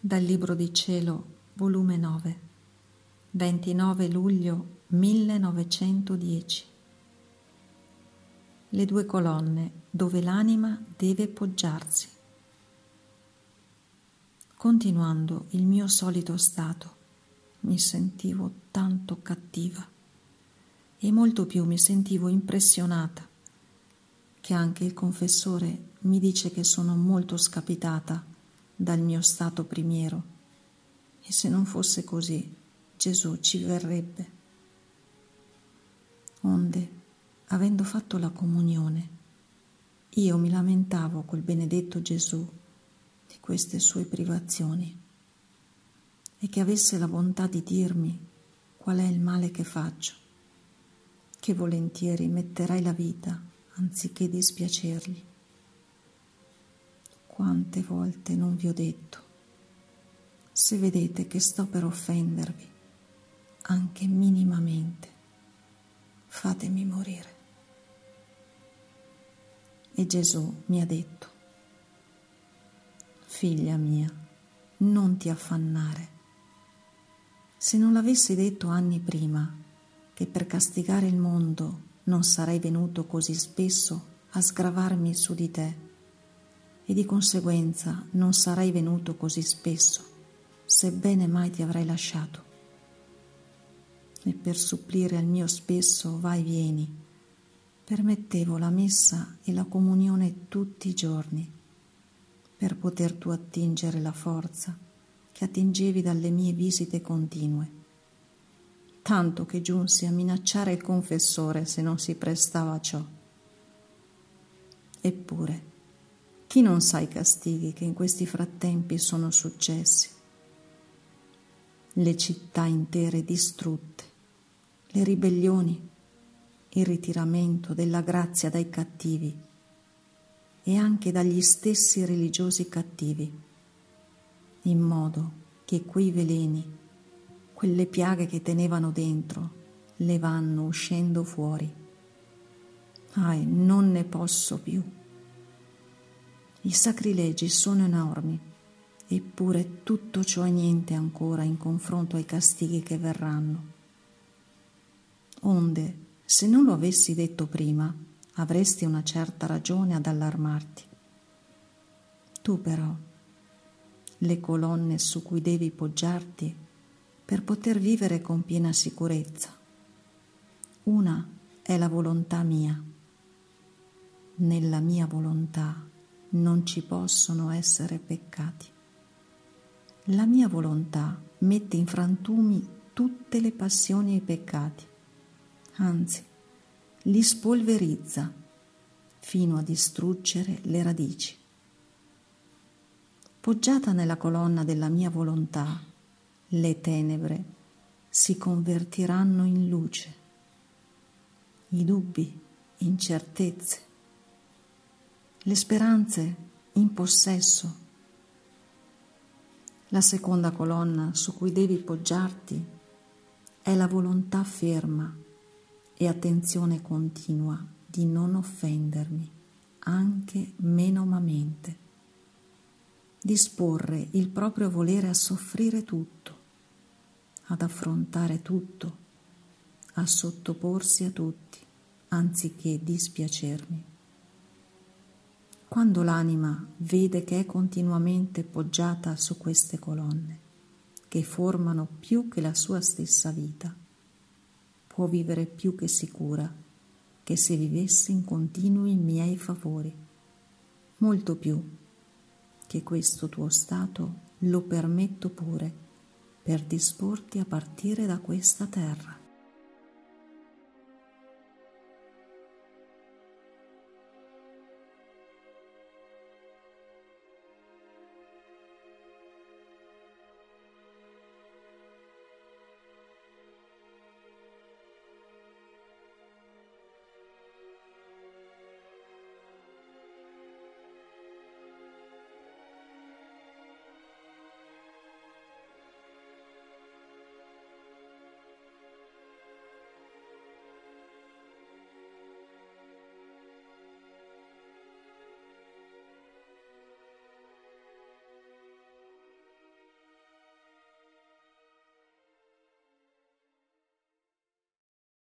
Dal Libro di Cielo, volume 9, 29 luglio 1910. Le due colonne dove l'anima deve poggiarsi. Continuando il mio solito stato, mi sentivo tanto cattiva e molto più mi sentivo impressionata, che anche il confessore mi dice che sono molto scapitata dal mio stato primiero, e se non fosse così Gesù ci verrebbe. Onde, avendo fatto la comunione, io mi lamentavo col benedetto Gesù di queste sue privazioni, e che avesse la bontà di dirmi qual è il male che faccio, che volentieri metterai la vita anziché dispiacergli. Quante volte non vi ho detto: se vedete che sto per offendervi, anche minimamente, fatemi morire. E Gesù mi ha detto: figlia mia, non ti affannare. Se non l'avessi detto anni prima, che per castigare il mondo non sarei venuto così spesso a sgravarmi su di te, e di conseguenza non sarei venuto così spesso, sebbene mai ti avrei lasciato. E per supplire al mio spesso vai vieni, permettevo la messa e la comunione tutti i giorni, per poter tu attingere la forza che attingevi dalle mie visite continue, tanto che giunsi a minacciare il confessore se non si prestava a ciò. Eppure, chi non sa i castighi che in questi frattempi sono successi? Le città intere distrutte, le ribellioni, il ritiramento della grazia dai cattivi e anche dagli stessi religiosi cattivi, in modo che quei veleni, quelle piaghe che tenevano dentro, le vanno uscendo fuori. Non ne posso più. I sacrilegi sono enormi, eppure tutto ciò è niente ancora in confronto ai castighi che verranno. Onde, se non lo avessi detto prima, avresti una certa ragione ad allarmarti. Tu però, le colonne su cui devi poggiarti per poter vivere con piena sicurezza. Una è la volontà mia. Nella mia volontà non ci possono essere peccati. La mia volontà mette in frantumi tutte le passioni e i peccati, anzi, li spolverizza fino a distruggere le radici. Poggiata nella colonna della mia volontà, le tenebre si convertiranno in luce, i dubbi in certezze, le speranze in possesso. La seconda colonna su cui devi poggiarti è la volontà ferma e attenzione continua di non offendermi, anche menomamente. Disporre il proprio volere a soffrire tutto, ad affrontare tutto, a sottoporsi a tutti, anziché dispiacermi. Quando l'anima vede che è continuamente poggiata su queste colonne, che formano più che la sua stessa vita, può vivere più che sicura che se vivesse in continui miei favori, molto più che questo tuo stato lo permetto pure per disporti a partire da questa terra.